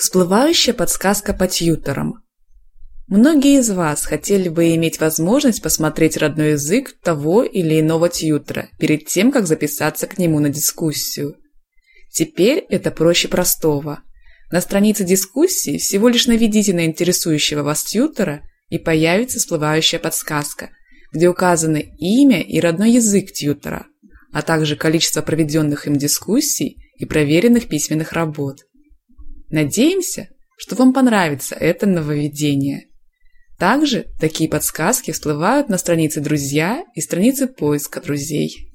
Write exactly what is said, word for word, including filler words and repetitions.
Всплывающая подсказка по тьюторам. Многие из вас хотели бы иметь возможность посмотреть родной язык того или иного тьютора перед тем, как записаться к нему на дискуссию. Теперь это проще простого. На странице дискуссии всего лишь наведите на интересующего вас тьютора, и появится всплывающая подсказка, где указаны имя и родной язык тьютора, а также количество проведенных им дискуссий и проверенных письменных работ. Надеемся, что вам понравится это нововведение. Также такие подсказки всплывают на странице «Друзья» и странице поиска друзей.